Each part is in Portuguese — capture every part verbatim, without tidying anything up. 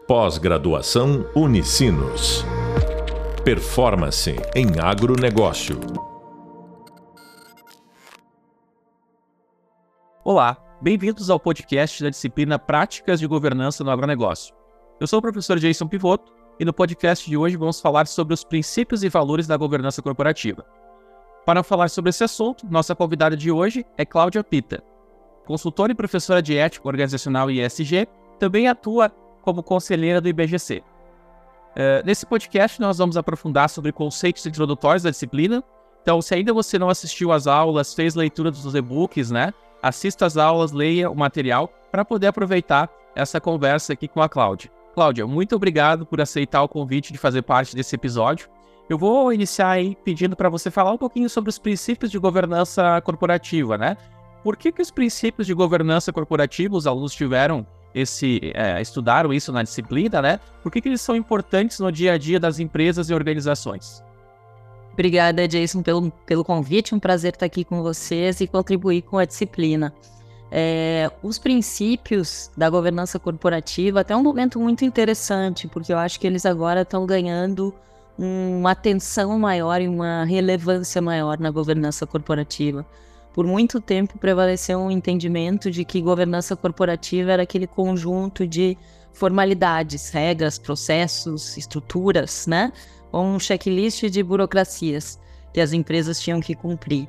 Pós-graduação Unicinos. Performance em agronegócio. Olá, bem-vindos ao podcast da disciplina Práticas de Governança no Agronegócio. Eu sou o professor Jason Pivotto e no podcast de hoje vamos falar sobre os princípios e valores da governança corporativa. Para falar sobre esse assunto, nossa convidada de hoje é Cláudia Pita. Consultora e professora de Ética Organizacional e E S G, também atua como conselheira do I B G C. Uh, nesse podcast nós vamos aprofundar sobre conceitos introdutórios da disciplina. Então, se ainda você não assistiu às aulas, fez leitura dos e-books, né? Assista às aulas, leia o material para poder aproveitar essa conversa aqui com a Cláudia. Cláudia, muito obrigado por aceitar o convite de fazer parte desse episódio. Eu vou iniciar aí pedindo para você falar um pouquinho sobre os princípios de governança corporativa, né? Por que que os princípios de governança corporativa, os alunos tiveram esse, é, estudaram isso na disciplina, né? Por que que eles são importantes no dia a dia das empresas e organizações? Obrigada, Jason, pelo, pelo convite. Um prazer estar aqui com vocês e contribuir com a disciplina. É, os princípios da governança corporativa, até um momento muito interessante, porque eu acho que eles agora estão ganhando uma atenção maior e uma relevância maior na governança corporativa. Por muito tempo prevaleceu um entendimento de que governança corporativa era aquele conjunto de formalidades, regras, processos, estruturas, né? Um checklist de burocracias que as empresas tinham que cumprir.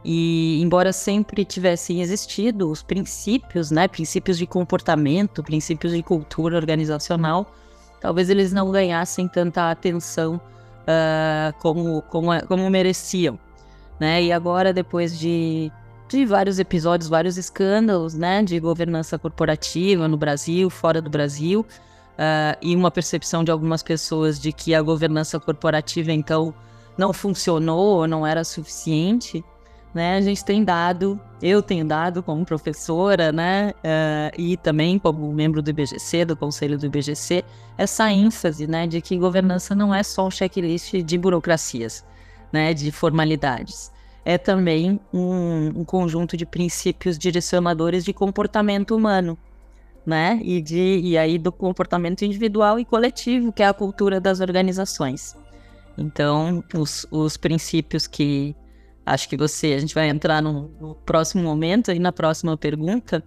E embora sempre tivessem existido os princípios, né? Princípios de comportamento, princípios de cultura organizacional, talvez eles não ganhassem tanta atenção uh, como, como, como mereciam. Né? E agora, depois de, de vários episódios, vários escândalos, né, de governança corporativa no Brasil, fora do Brasil, uh, e uma percepção de algumas pessoas de que a governança corporativa, então, não funcionou ou não era suficiente, né, a gente tem dado, eu tenho dado como professora, né, uh, e também como membro do I B G C, do Conselho do I B G C, essa ênfase, né, de que governança não é só um checklist de burocracias, né, de formalidades. É também um, um conjunto de princípios direcionadores de comportamento humano, né, e, de, e aí do comportamento individual e coletivo, que é a cultura das organizações. Então, os, os princípios que acho que você, a gente vai entrar no, no próximo momento, aí na próxima pergunta,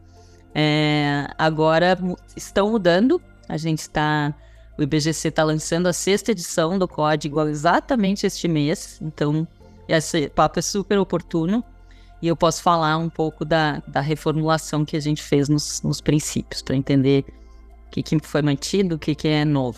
é, agora estão mudando, a gente está... O I B G C está lançando a sexta edição do código exatamente este mês, então esse papo é super oportuno e eu posso falar um pouco da, da reformulação que a gente fez nos, nos princípios, para entender o que, que foi mantido, o que, que é novo.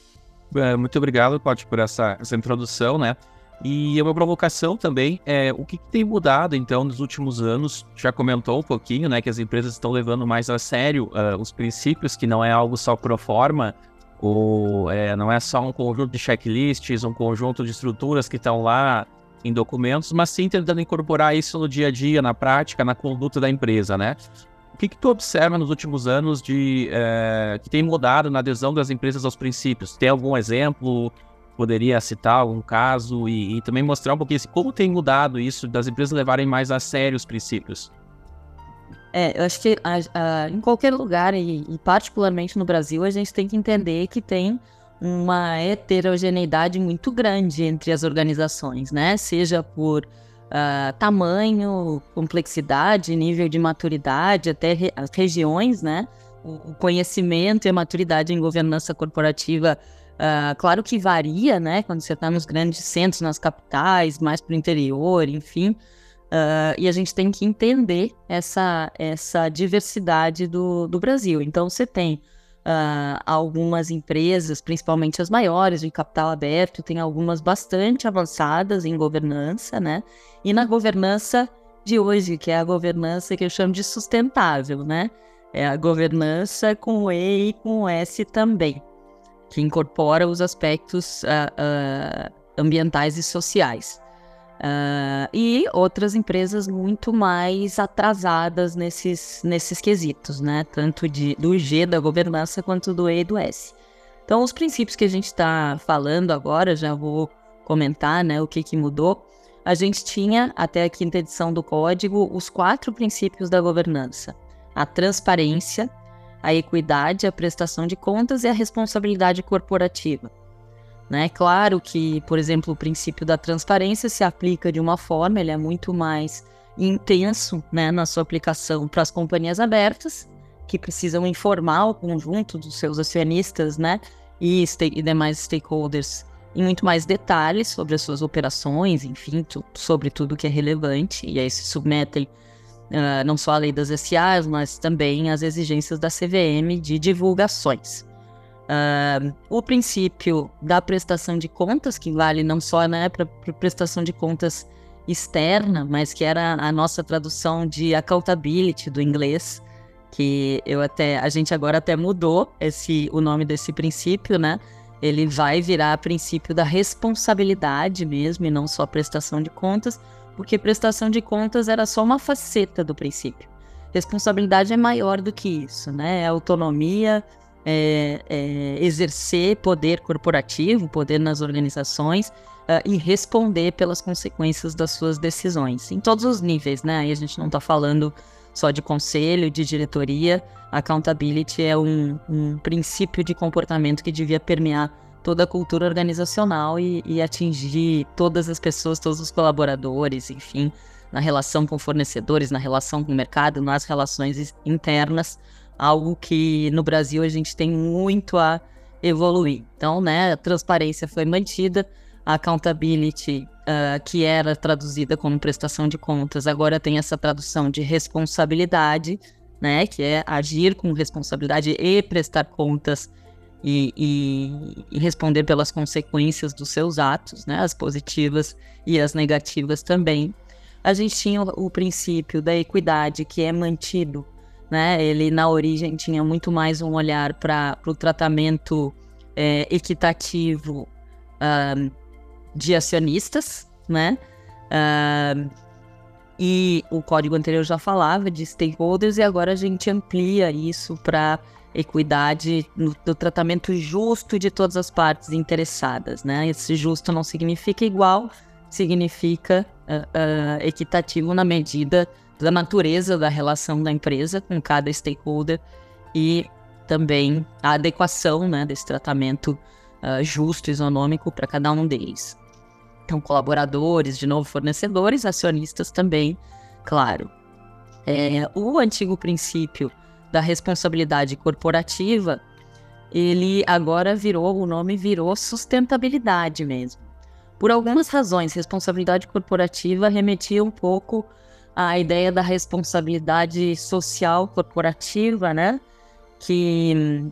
Muito obrigado, Cláudio, por essa, essa introdução, né? E uma provocação também, é, o que, que tem mudado, então, nos últimos anos? Já comentou um pouquinho, né, que as empresas estão levando mais a sério uh, os princípios, que não é algo só pro forma, ou é, não é só um conjunto de checklists, um conjunto de estruturas que estão lá em documentos, mas sim tentando incorporar isso no dia a dia, na prática, na conduta da empresa, né? O que que tu observa nos últimos anos de, é, que tem mudado na adesão das empresas aos princípios? Tem algum exemplo? Poderia citar algum caso e, e também mostrar um pouquinho assim, como tem mudado isso das empresas levarem mais a sério os princípios? É, eu acho que a, a, em qualquer lugar, e, e particularmente no Brasil, a gente tem que entender que tem uma heterogeneidade muito grande entre as organizações, né? Seja por uh, tamanho, complexidade, nível de maturidade, até re, as regiões, né? O, o conhecimento e a maturidade em governança corporativa, uh, claro que varia, né? Quando você está nos grandes centros, nas capitais, mais para o interior, enfim... Uh, e a gente tem que entender essa, essa diversidade do, do Brasil. Então, você tem uh, algumas empresas, principalmente as maiores, de capital aberto, tem algumas bastante avançadas em governança, né? E na governança de hoje, que é a governança que eu chamo de sustentável, né? É a governança com E e com S também, que incorpora os aspectos uh, uh, ambientais e sociais. Uh, e outras empresas muito mais atrasadas nesses, nesses quesitos, né? Tanto de, do G da governança quanto do E e do S. Então, os princípios que a gente está falando agora, já vou comentar, né, o que, que mudou. A gente tinha, até a quinta edição do código, os quatro princípios da governança. A transparência, a equidade, a prestação de contas e a responsabilidade corporativa. Né? Claro que, por exemplo, o princípio da transparência se aplica de uma forma, ele é muito mais intenso, né, na sua aplicação para as companhias abertas, que precisam informar o conjunto dos seus acionistas, né, e, e demais stakeholders em muito mais detalhes sobre as suas operações, enfim, tu, sobre tudo que é relevante, e aí se submetem uh, não só à lei das S As, mas também às exigências da C V M de divulgações. Uh, o princípio da prestação de contas, que vale não só, né, para prestação de contas externa, mas que era a nossa tradução de accountability do inglês, que eu até, a gente agora até mudou esse, o nome desse princípio, né? Ele vai virar princípio da responsabilidade mesmo, e não só prestação de contas, porque prestação de contas era só uma faceta do princípio. Responsabilidade é maior do que isso, né? É autonomia, é, é exercer poder corporativo, poder nas organizações, uh, e responder pelas consequências das suas decisões, em todos os níveis, né? Aí a gente não está falando só de conselho, de diretoria. Accountability é um, um princípio de comportamento que devia permear toda a cultura organizacional e, e atingir todas as pessoas, todos os colaboradores, enfim, na relação com fornecedores, na relação com o mercado, nas relações internas, algo que no Brasil a gente tem muito a evoluir. Então, né, a transparência foi mantida, a accountability, uh, que era traduzida como prestação de contas, agora tem essa tradução de responsabilidade, né, que é agir com responsabilidade e prestar contas e, e, e responder pelas consequências dos seus atos, né, as positivas e as negativas também. A gente tinha o, o princípio da equidade, que é mantido, né, ele na origem tinha muito mais um olhar para o tratamento é, equitativo uh, de acionistas, né, uh, e o código anterior já falava de stakeholders, e agora a gente amplia isso para equidade no, no tratamento justo de todas as partes interessadas, né? Esse justo não significa igual, significa uh, uh, equitativo na medida da natureza da relação da empresa com cada stakeholder e também a adequação, né, desse tratamento uh, justo e isonômico para cada um deles. Então, colaboradores, de novo, fornecedores, acionistas também, claro. É, o antigo princípio da responsabilidade corporativa, ele agora virou, o nome virou sustentabilidade mesmo. Por algumas razões, responsabilidade corporativa remetia um pouco à ideia da responsabilidade social corporativa, né? Que...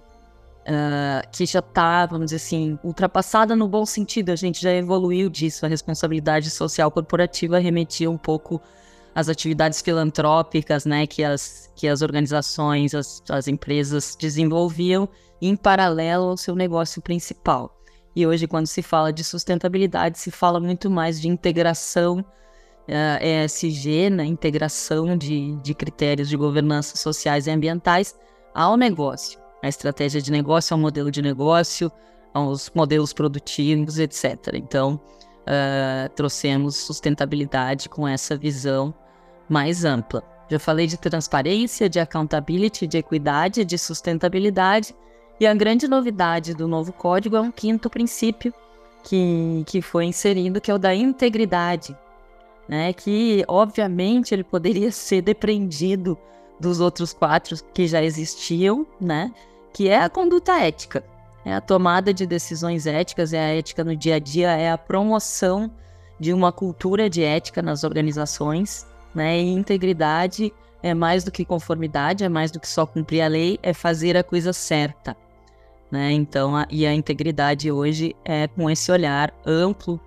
Uh, que já está, vamos dizer assim, ultrapassada no bom sentido, a gente já evoluiu disso. A responsabilidade social corporativa remetia um pouco às atividades filantrópicas, né, que as, que as organizações, as, as empresas desenvolviam em paralelo ao seu negócio principal. E hoje, quando se fala de sustentabilidade, se fala muito mais de integração, uh, E S G, né, integração de, de critérios de governança sociais e ambientais ao negócio. A estratégia de negócio, ao modelo de negócio, aos modelos produtivos, etcétera. Então, uh, trouxemos sustentabilidade com essa visão mais ampla. Já falei de transparência, de accountability, de equidade, de sustentabilidade, e a grande novidade do novo código é um quinto princípio que, que foi inserido, que é o da integridade, né? Que, obviamente, ele poderia ser depreendido dos outros quatro que já existiam, né? Que é a conduta ética, é a tomada de decisões éticas, é a ética no dia a dia, é a promoção de uma cultura de ética nas organizações, né? E integridade é mais do que conformidade, é mais do que só cumprir a lei, é fazer a coisa certa, né? Então, a, e a integridade hoje é com esse olhar amplo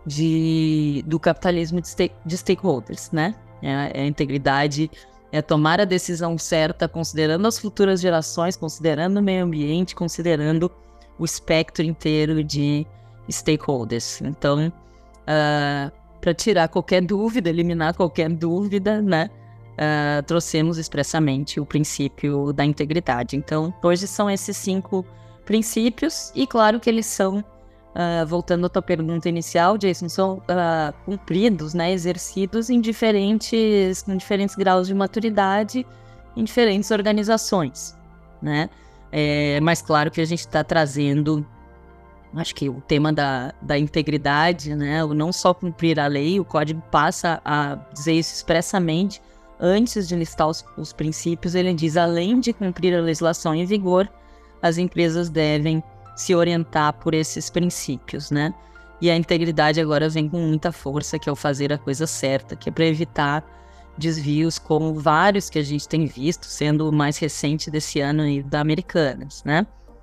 de, do capitalismo de, stake, de stakeholders, né? É, é a integridade é tomar a decisão certa, considerando as futuras gerações, considerando o meio ambiente, considerando o espectro inteiro de stakeholders. Então, uh, para tirar qualquer dúvida, eliminar qualquer dúvida, né, uh, trouxemos expressamente o princípio da integridade. Então, hoje são esses cinco princípios, e claro que eles são, uh, voltando à tua pergunta inicial, Jason, são uh, cumpridos, né, exercidos em diferentes, com diferentes graus de maturidade em diferentes organizações. né? É, mas claro que a gente está trazendo, acho que o tema da, da integridade, né? O não só cumprir a lei, o código passa a dizer isso expressamente. Antes de listar os, os princípios, ele diz, além de cumprir a legislação em vigor, as empresas devem se orientar por esses princípios, né? E a integridade agora vem com muita força, que é o fazer a coisa certa, que é para evitar desvios como vários que a gente tem visto, sendo o mais recente desse ano aí, da Americanas, né?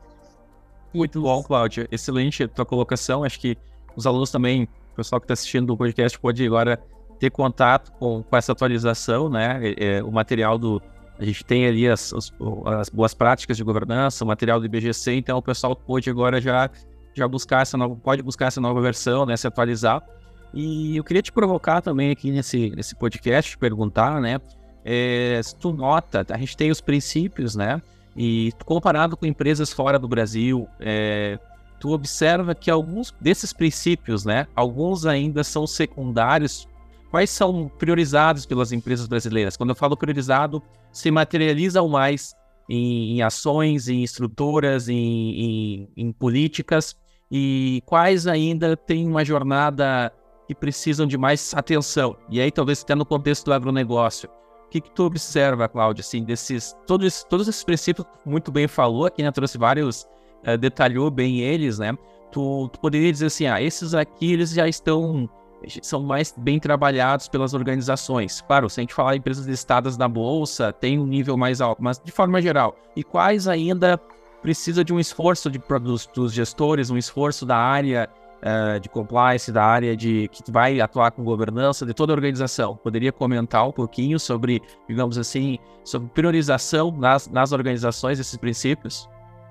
Muito bom, Cláudia. Excelente a tua colocação. Acho que os alunos também, o pessoal que está assistindo o podcast pode agora ter contato com, com essa atualização, né? É, é, o material do... A gente tem ali as, as, as boas práticas de governança, o material do I B G C, então o pessoal pode agora já, já buscar essa nova... Pode buscar essa nova versão, né? Se atualizar. E eu queria te provocar também aqui nesse, nesse podcast, te perguntar, né? É, se tu nota, a gente tem os princípios, né? E comparado com empresas fora do Brasil, é, tu observa que alguns desses princípios, né? Alguns ainda são secundários. Quais são priorizados pelas empresas brasileiras? Quando eu falo priorizado, se materializam mais em, em ações, em estruturas, em, em, em políticas. E quais ainda têm uma jornada que precisam de mais atenção? E aí talvez até no contexto do agronegócio. O que, que tu observa, Cláudia, assim, desses, todos, todos esses princípios, muito bem falou aqui, né, trouxe vários, uh, detalhou bem eles, né, tu, tu poderia dizer assim, ah, esses aqui, eles já estão, são mais bem trabalhados pelas organizações. Claro, se a gente falar em empresas listadas na Bolsa, tem um nível mais alto, mas de forma geral, e quais ainda precisa de um esforço de, dos, dos gestores, um esforço da área Uh, de compliance, da área de que vai atuar com governança de toda a organização. Poderia comentar um pouquinho sobre, digamos assim, sobre priorização nas, nas organizações desses princípios?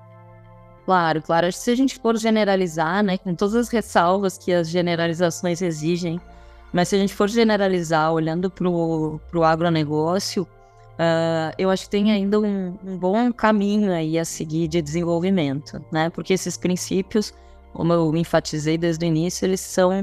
Claro, claro. Acho que se a gente for generalizar, né, com todas as ressalvas que as generalizações exigem, mas se a gente for generalizar olhando para o agronegócio, uh, eu acho que tem ainda um, um bom caminho aí a seguir de desenvolvimento, né, porque esses princípios, como eu enfatizei desde o início, eles são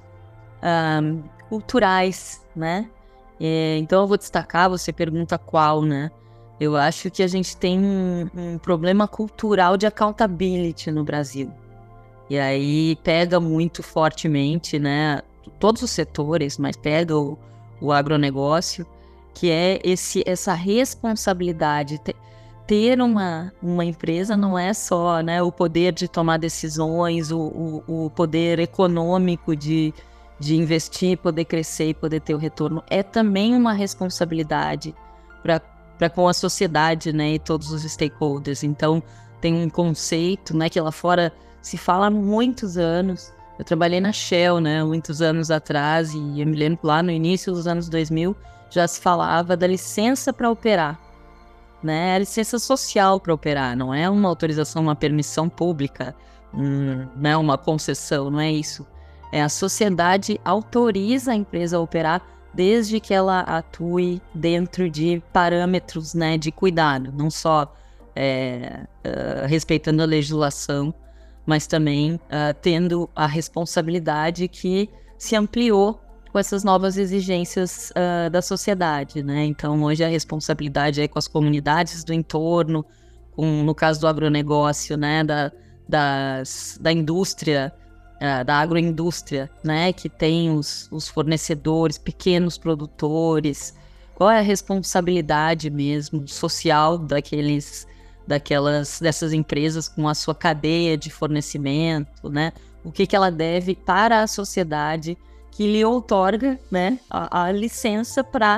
um, culturais, né? E, então eu vou destacar, você pergunta qual, né? Eu acho que a gente tem um, um problema cultural de accountability no Brasil. E aí pega muito fortemente, né? Todos os setores, mas pega o, o agronegócio, que é esse, essa responsabilidade. Ter uma, uma empresa não é só, né, o poder de tomar decisões, o, o, o poder econômico de, de investir, poder crescer e poder ter o retorno. É também uma responsabilidade para com a sociedade, né, e todos os stakeholders. Então, tem um conceito, né, que lá fora se fala há muitos anos. Eu trabalhei na Shell, né, muitos anos atrás, e eu me lembro lá no início dos anos dois mil já se falava da licença para operar. Né, é a licença social para operar, não é uma autorização, uma permissão pública, um, né, uma concessão, não é isso. É a sociedade autoriza a empresa a operar desde que ela atue dentro de parâmetros, né, de cuidado, não só é, uh, respeitando a legislação, mas também uh, tendo a responsabilidade que se ampliou com essas novas exigências uh, da sociedade, né? Então, hoje a responsabilidade é com as comunidades do entorno, com, no caso do agronegócio, né? Da, das, da indústria, uh, da agroindústria, né? Que tem os, os fornecedores, pequenos produtores. Qual é a responsabilidade mesmo social daqueles, daquelas, dessas empresas com a sua cadeia de fornecimento, né? O que, que ela deve para a sociedade que lhe outorga, né, a, a licença para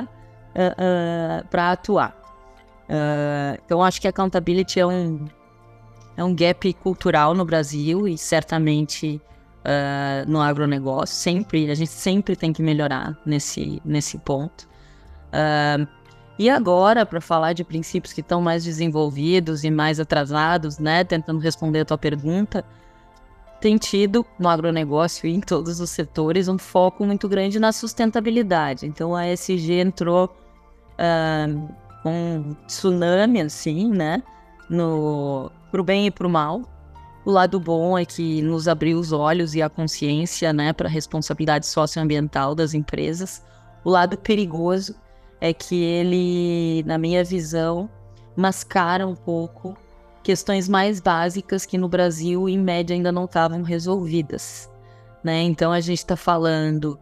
uh, uh, para atuar. Uh, então, acho que a accountability é um, é um gap cultural no Brasil e certamente uh, no agronegócio. Sempre, a gente sempre tem que melhorar nesse, nesse ponto. Uh, e agora, para falar de princípios que estão mais desenvolvidos e mais atrasados, né, tentando responder a tua pergunta, tem tido no agronegócio e em todos os setores um foco muito grande na sustentabilidade. Então a E S G entrou uh, com um tsunami, assim, né, no, pro bem e pro mal. O lado bom é que nos abriu os olhos e a consciência, né, para a responsabilidade socioambiental das empresas. O lado perigoso é que ele, na minha visão, mascara um pouco questões mais básicas que no Brasil, em média, ainda não estavam resolvidas, né? Então, a gente está falando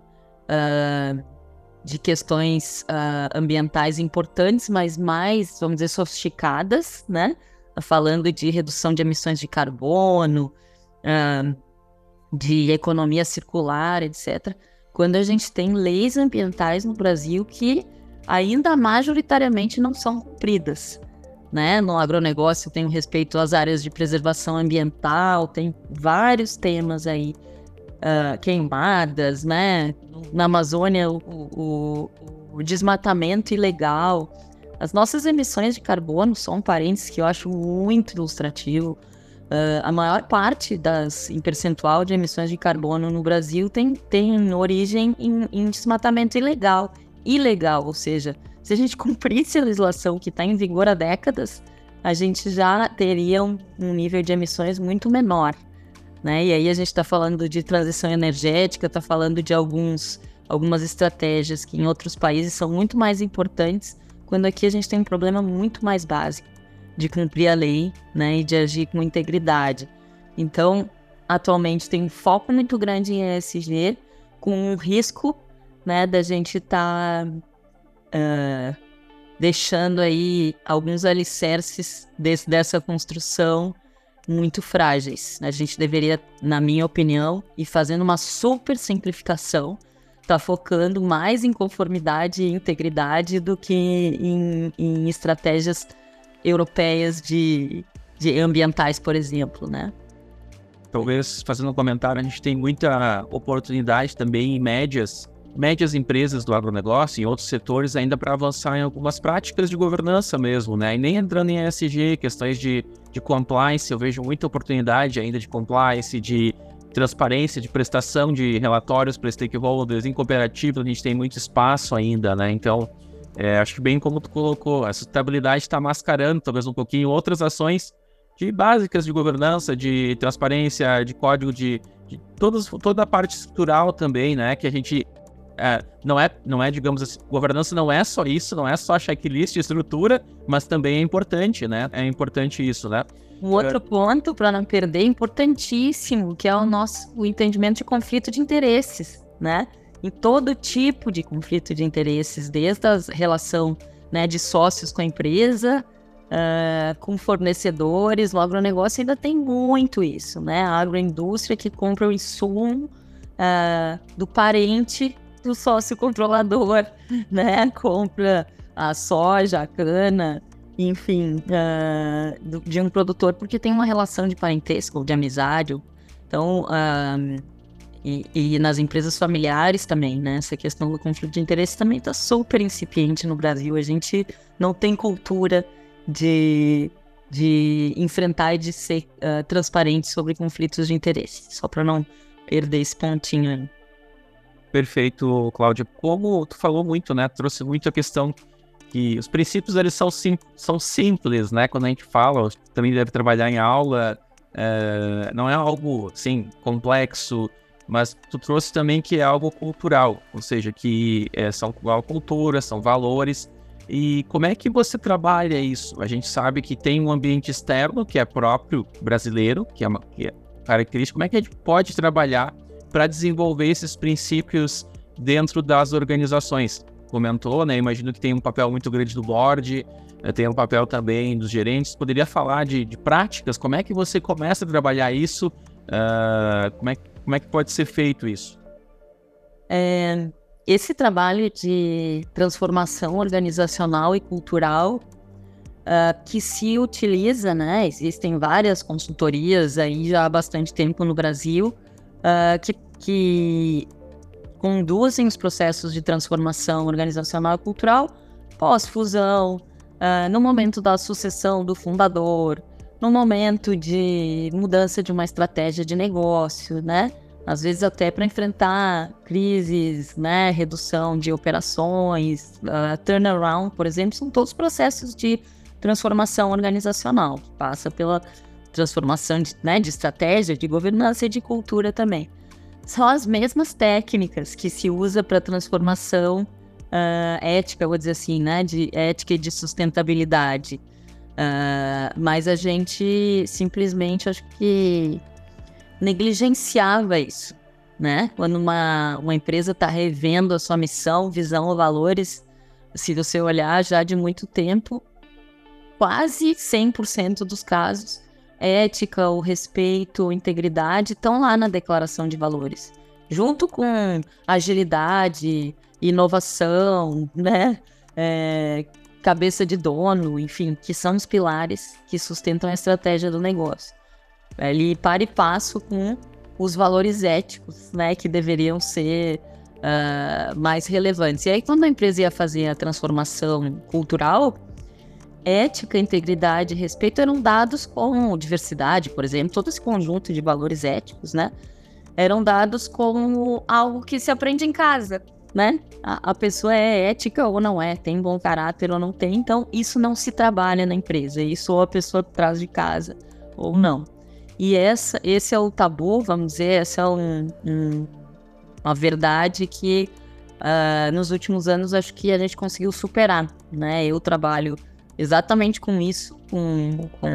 uh, de questões uh, ambientais importantes, mas mais, vamos dizer, sofisticadas, né? Falando de redução de emissões de carbono, uh, de economia circular, etcétera. Quando a gente tem leis ambientais no Brasil que ainda majoritariamente não são cumpridas, né? No agronegócio tem o respeito às áreas de preservação ambiental, tem vários temas aí, uh, queimadas, né? Na Amazônia, o, o, o desmatamento ilegal. As nossas emissões de carbono são um parênteses que eu acho muito ilustrativo. Uh, a maior parte das, em percentual de emissões de carbono no Brasil tem, tem origem em, em desmatamento ilegal. Ilegal, ou seja, se a gente cumprisse a legislação que está em vigor há décadas, a gente já teria um, um nível de emissões muito menor, né? E aí a gente está falando de transição energética, está falando de alguns, algumas estratégias que em outros países são muito mais importantes, quando aqui a gente tem um problema muito mais básico de cumprir a lei, né, e de agir com integridade. Então, atualmente tem um foco muito grande em E S G, com o risco, né, da gente estar... Tá, Uh, deixando aí alguns alicerces desse, dessa construção muito frágeis. A gente deveria, na minha opinião, ir fazendo uma super simplificação, tá focando mais em conformidade e integridade do que em, em estratégias europeias de, de ambientais, por exemplo, né? Talvez, fazendo um comentário, a gente tem muita oportunidade também em médias médias empresas do agronegócio e outros setores ainda para avançar em algumas práticas de governança mesmo, né? E nem entrando em E S G, questões de, de compliance, eu vejo muita oportunidade ainda de compliance, de transparência, de prestação de relatórios para stakeholders. Em cooperativa a gente tem muito espaço ainda, né? Então, é, acho que bem como tu colocou, a sustentabilidade está mascarando talvez um pouquinho outras ações de básicas de governança, de transparência, de código, de, de todos, toda a parte estrutural também, né? Que a gente... É, não, é, não é, digamos assim, governança não é só isso, não é só checklist e estrutura, mas também é importante, né? É importante isso, né? Um outro é... ponto, para não perder, importantíssimo, que é o nosso o entendimento de conflito de interesses, né? Em todo tipo de conflito de interesses, desde a relação, né, de sócios com a empresa, uh, com fornecedores. No agronegócio ainda tem muito isso, né? A agroindústria que compra o insumo uh, do parente do sócio controlador, né? Compra a soja, a cana, enfim, uh, de um produtor, porque tem uma relação de parentesco, de amizade. Então, uh, e, e nas empresas familiares também, né? Essa questão do conflito de interesse também está super incipiente no Brasil. A gente não tem cultura de, de enfrentar e de ser uh, transparente sobre conflitos de interesse, só para não perder esse pontinho aí. Perfeito, Cláudia. Como tu falou muito, né? Trouxe muito a questão que os princípios eles são, sim, são simples, né? Quando a gente fala, também deve trabalhar em aula, é, não é algo, assim, complexo, mas tu trouxe também que é algo cultural, ou seja, que é, são cultura, são valores. E como é que você trabalha isso? A gente sabe que tem um ambiente externo que é próprio brasileiro, que é, uma, que é característico. Como é que a gente pode trabalhar para desenvolver esses princípios dentro das organizações? Comentou, né? Imagino que tem um papel muito grande do board, tem um papel também dos gerentes. Poderia falar de, de práticas? Como é que você começa a trabalhar isso? Uh, como, é, como é que pode ser feito isso? É, esse trabalho de transformação organizacional e cultural uh, que se utiliza, né? Existem várias consultorias aí já há bastante tempo no Brasil, Uh, que, que conduzem os processos de transformação organizacional e cultural pós-fusão, uh, no momento da sucessão do fundador, no momento de mudança de uma estratégia de negócio, né? Às vezes até para enfrentar crises, né? Redução de operações, uh, turnaround, por exemplo, são todos processos de transformação organizacional, que passa pela transformação de, né, de estratégia, de governança e de cultura também. São as mesmas técnicas que se usa para transformação uh, ética, vou dizer assim, né, de ética e de sustentabilidade. Uh, mas a gente simplesmente, acho que, negligenciava isso, né? Quando uma, uma empresa está revendo a sua missão, visão ou valores, se você olhar já de muito tempo, quase cem por cento dos casos, ética, o respeito, integridade, estão lá na declaração de valores. Junto com agilidade, inovação, né? É, cabeça de dono, enfim, que são os pilares que sustentam a estratégia do negócio. Ele para e passo com os valores éticos, né, que deveriam ser uh, mais relevantes. E aí, quando a empresa ia fazer a transformação cultural, ética, integridade e respeito eram dados como diversidade, por exemplo, todo esse conjunto de valores éticos, né, eram dados como algo que se aprende em casa, né? A, a pessoa é ética ou não é, tem bom caráter ou não tem, então isso não se trabalha na empresa, isso ou a pessoa traz de casa ou não. E essa, esse é o tabu, vamos dizer, essa é um, um, uma verdade que uh, nos últimos anos acho que a gente conseguiu superar, né? Eu trabalho exatamente com isso, com, com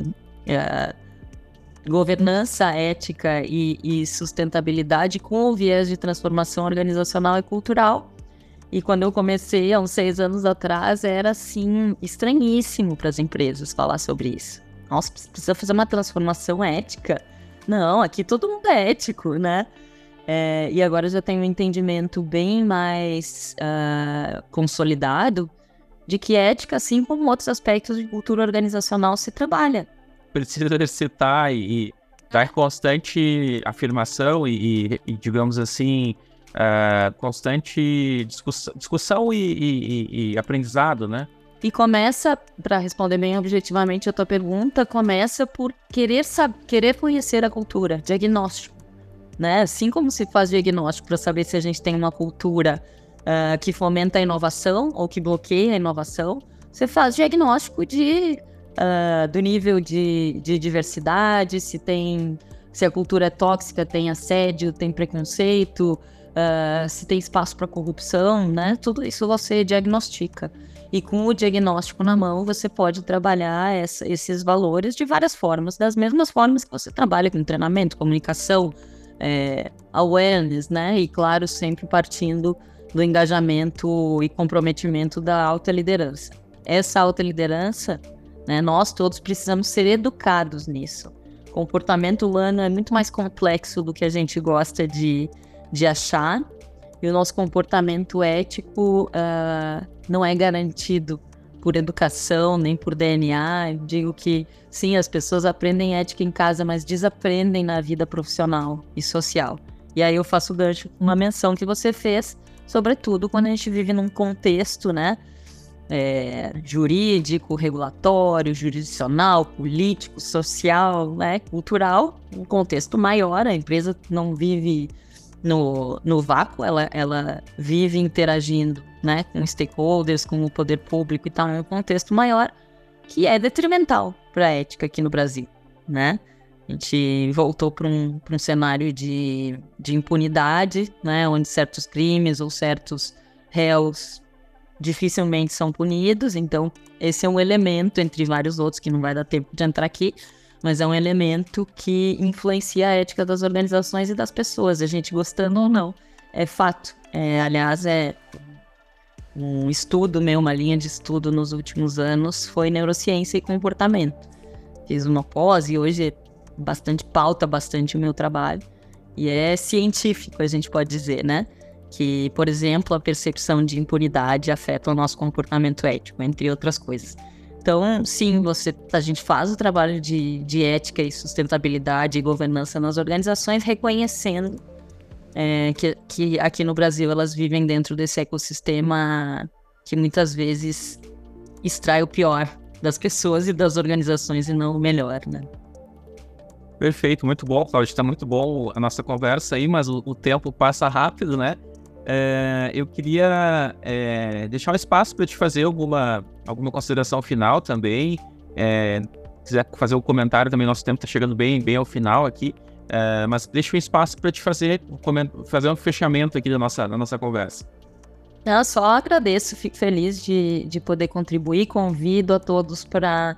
uh, governança, ética e, e sustentabilidade com o viés de transformação organizacional e cultural. E quando eu comecei, há uns seis anos atrás, era, assim, estranhíssimo para as empresas falar sobre isso. Nossa, precisa fazer uma transformação ética? Não, aqui todo mundo é ético, né? É, e agora eu já tenho um entendimento bem mais uh, consolidado de que ética, assim como outros aspectos de cultura organizacional, se trabalha. Precisa exercitar e, e dar constante afirmação e, e, e digamos assim, uh, constante discussão, discussão e, e, e aprendizado, né? E começa, para responder bem objetivamente a tua pergunta, começa por querer, saber, querer conhecer a cultura, diagnóstico, né? Assim como se faz diagnóstico para saber se a gente tem uma cultura uh, que fomenta a inovação ou que bloqueia a inovação, você faz diagnóstico de... Uh, do nível de, de diversidade, se tem, se a cultura é tóxica, tem assédio, tem preconceito, uh, se tem espaço para corrupção, né? Tudo isso você diagnostica. E com o diagnóstico na mão, você pode trabalhar essa, esses valores de várias formas, das mesmas formas que você trabalha com treinamento, comunicação, é, awareness, né? E claro, sempre partindo do engajamento e comprometimento da alta liderança. Essa alta liderança, né, nós todos precisamos ser educados nisso. O comportamento humano é muito mais complexo do que a gente gosta de, de achar, e o nosso comportamento ético uh, não é garantido por educação, nem por D N A. Eu digo que, sim, as pessoas aprendem ética em casa, mas desaprendem na vida profissional e social. E aí eu faço gancho com uma menção que você fez, sobretudo quando a gente vive num contexto, né, É, jurídico, regulatório, jurisdicional, político, social, né, cultural, um contexto maior. A empresa não vive no, no vácuo, ela, ela vive interagindo, né, com stakeholders, com o poder público e tal, em um contexto maior que é detrimental para a ética aqui no Brasil, né? A gente voltou para um, para um cenário de, de impunidade, né, onde certos crimes ou certos réus dificilmente são punidos. Então esse é um elemento, entre vários outros, que não vai dar tempo de entrar aqui, mas é um elemento que influencia a ética das organizações e das pessoas, a gente gostando ou não, é fato. É, aliás, é um estudo meu, uma linha de estudo nos últimos anos, foi neurociência e comportamento. Fiz uma pós e hoje é bastante pauta, bastante o meu trabalho, e é científico, a gente pode dizer, né? Que, por exemplo, a percepção de impunidade afeta o nosso comportamento ético, entre outras coisas. Então, sim, você, a gente faz o trabalho de, de ética e sustentabilidade e governança nas organizações, reconhecendo é, que, que aqui no Brasil elas vivem dentro desse ecossistema que muitas vezes extrai o pior das pessoas e das organizações e não o melhor, né? Perfeito, muito bom, Cláudio. Está muito bom a nossa conversa aí, mas o, o tempo passa rápido, né? É, eu queria é, deixar um espaço para te fazer alguma, alguma consideração final também. É, se quiser fazer um comentário também, nosso tempo está chegando bem, bem ao final aqui. É, mas deixa um espaço para te fazer, fazer um fechamento aqui da nossa, da nossa conversa. Eu só agradeço, fico feliz de, de poder contribuir. Convido a todos para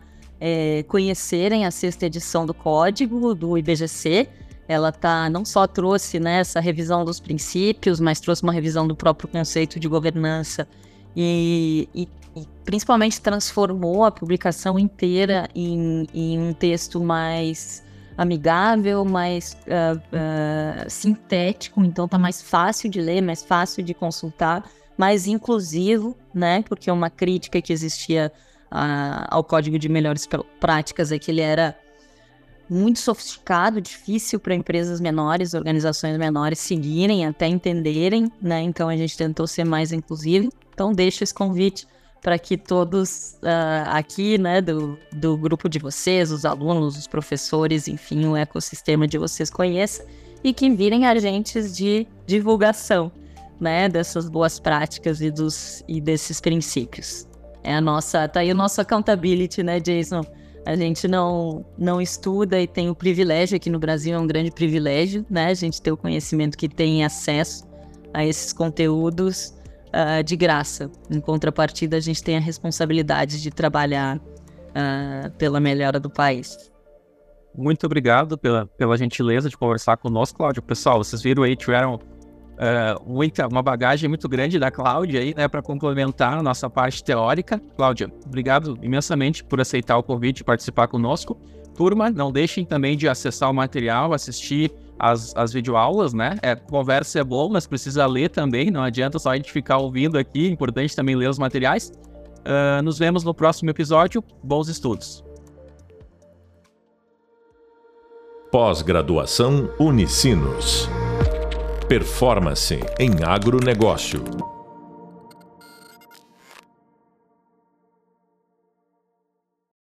é, conhecerem a sexta edição do código do I B G C. Ela tá, não só trouxe, né, essa revisão dos princípios, mas trouxe uma revisão do próprio conceito de governança e, e, e principalmente transformou a publicação inteira em, em um texto mais amigável, mais uh, uh, sintético, então tá mais fácil de ler, mais fácil de consultar, mais inclusivo, né? Porque uma crítica que existia uh, ao Código de Melhores Práticas é que ele era muito sofisticado, difícil para empresas menores, organizações menores seguirem, até entenderem, né? Então a gente tentou ser mais inclusivo. Então deixo esse convite para que todos uh, aqui, né, do, do grupo de vocês, os alunos, os professores, enfim, o ecossistema de vocês conheçam e que virem agentes de divulgação, né, dessas boas práticas e, dos, e desses princípios. É a nossa, tá aí o nosso accountability, né, Jason? A gente não, não estuda e tem o privilégio, aqui no Brasil é um grande privilégio, né, a gente ter o conhecimento que tem acesso a esses conteúdos Uh, de graça. Em contrapartida, a gente tem a responsabilidade de trabalhar uh, pela melhora do país. Muito obrigado pela, pela gentileza de conversar conosco, Cláudia. Pessoal, vocês viram aí, tiveram uh, muita, uma bagagem muito grande da Cláudia aí, né, para complementar a nossa parte teórica. Cláudia, obrigado imensamente por aceitar o convite e participar conosco. Turma, não deixem também de acessar o material, assistir as, as videoaulas, né? É, conversa é bom, mas precisa ler também, não adianta só a gente ficar ouvindo aqui, é importante também ler os materiais. Uh, nos vemos no próximo episódio. Bons estudos. Pós-graduação Unicinos. Performance em agronegócio.